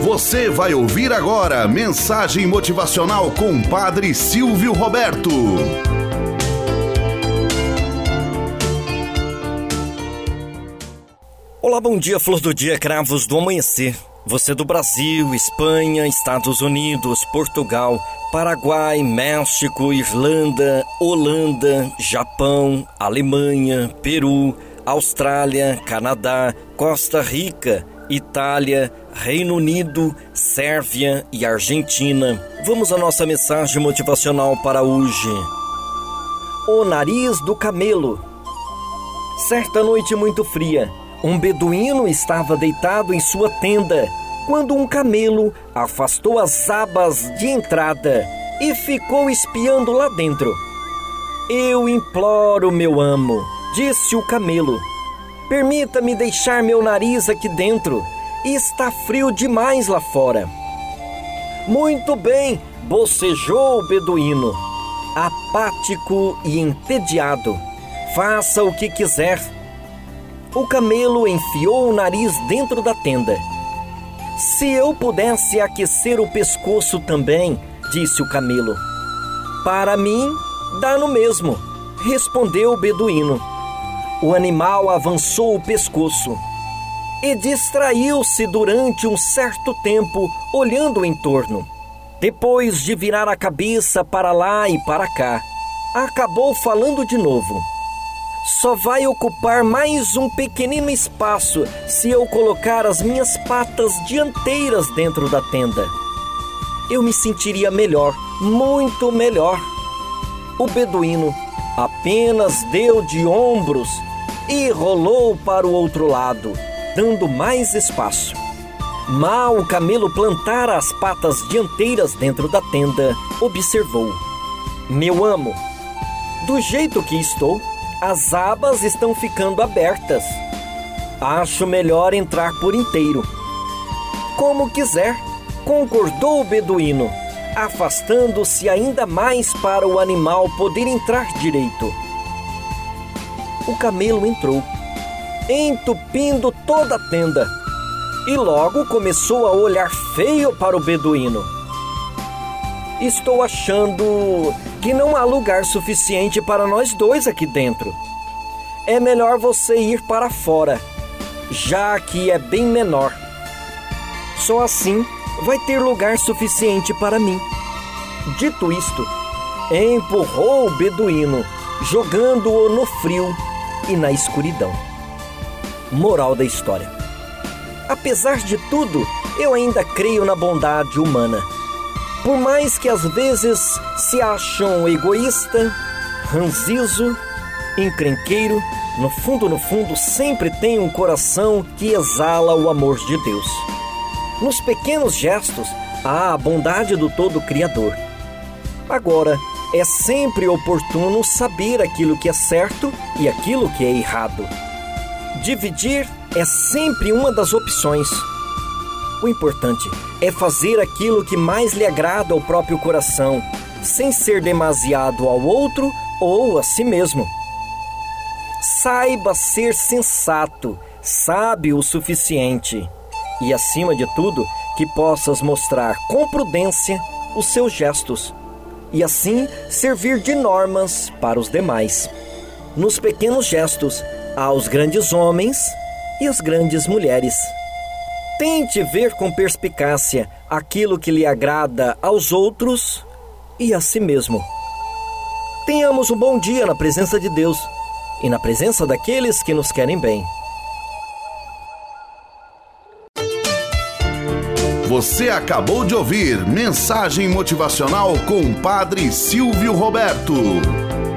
Você vai ouvir agora mensagem motivacional com Padre Silvio Roberto. Olá, bom dia, flor do dia, cravos do amanhecer. Você do Brasil, Espanha, Estados Unidos, Portugal, Paraguai, México, Irlanda, Holanda, Japão, Alemanha, Peru, Austrália, Canadá, Costa Rica, Itália, Reino Unido, Sérvia e Argentina. Vamos à nossa mensagem motivacional para hoje. O nariz do camelo. Certa noite muito fria, um beduíno estava deitado em sua tenda, quando um camelo afastou as abas de entrada e ficou espiando lá dentro. Eu imploro, meu amo, disse o camelo, permita-me deixar meu nariz aqui dentro, está frio demais lá fora. Muito bem, bocejou o beduíno, apático e entediado, faça o que quiser. O camelo enfiou o nariz dentro da tenda. Se eu pudesse aquecer o pescoço também, disse o camelo. Para mim, dá no mesmo, respondeu o beduíno. O animal avançou o pescoço e distraiu-se durante um certo tempo olhando em torno. Depois de virar a cabeça para lá e para cá, acabou falando de novo. Só vai ocupar mais um pequenino espaço se eu colocar as minhas patas dianteiras dentro da tenda. Eu me sentiria melhor, muito melhor. O beduíno apenas deu de ombros e rolou para o outro lado, dando mais espaço. Mal o camelo plantara as patas dianteiras dentro da tenda, observou. Meu amo, do jeito que estou, as abas estão ficando abertas. Acho melhor entrar por inteiro. Como quiser, concordou o beduíno, afastando-se ainda mais para o animal poder entrar direito. O camelo entrou, entupindo toda a tenda, e logo começou a olhar feio para o beduíno. Estou achando que não há lugar suficiente para nós dois aqui dentro. É melhor você ir para fora, já que é bem menor. Só assim vai ter lugar suficiente para mim. Dito isto, empurrou o beduíno, jogando-o no frio e na escuridão. Moral da história. Apesar de tudo, eu ainda creio na bondade humana. Por mais que às vezes se acham egoísta, ranzizo, encrenqueiro, no fundo sempre tem um coração que exala o amor de Deus. Nos pequenos gestos há a bondade do todo Criador. Agora, é sempre oportuno saber aquilo que é certo e aquilo que é errado. Dividir é sempre uma das opções. O importante é fazer aquilo que mais lhe agrada ao próprio coração, sem ser demasiado ao outro ou a si mesmo. Saiba ser sensato, sábio o suficiente e, acima de tudo, que possas mostrar com prudência os seus gestos e assim servir de normas para os demais. Nos pequenos gestos há os grandes homens e as grandes mulheres. Tente ver com perspicácia aquilo que lhe agrada aos outros e a si mesmo. Tenhamos um bom dia na presença de Deus e na presença daqueles que nos querem bem. Você acabou de ouvir Mensagem Motivacional com Padre Silvio Roberto.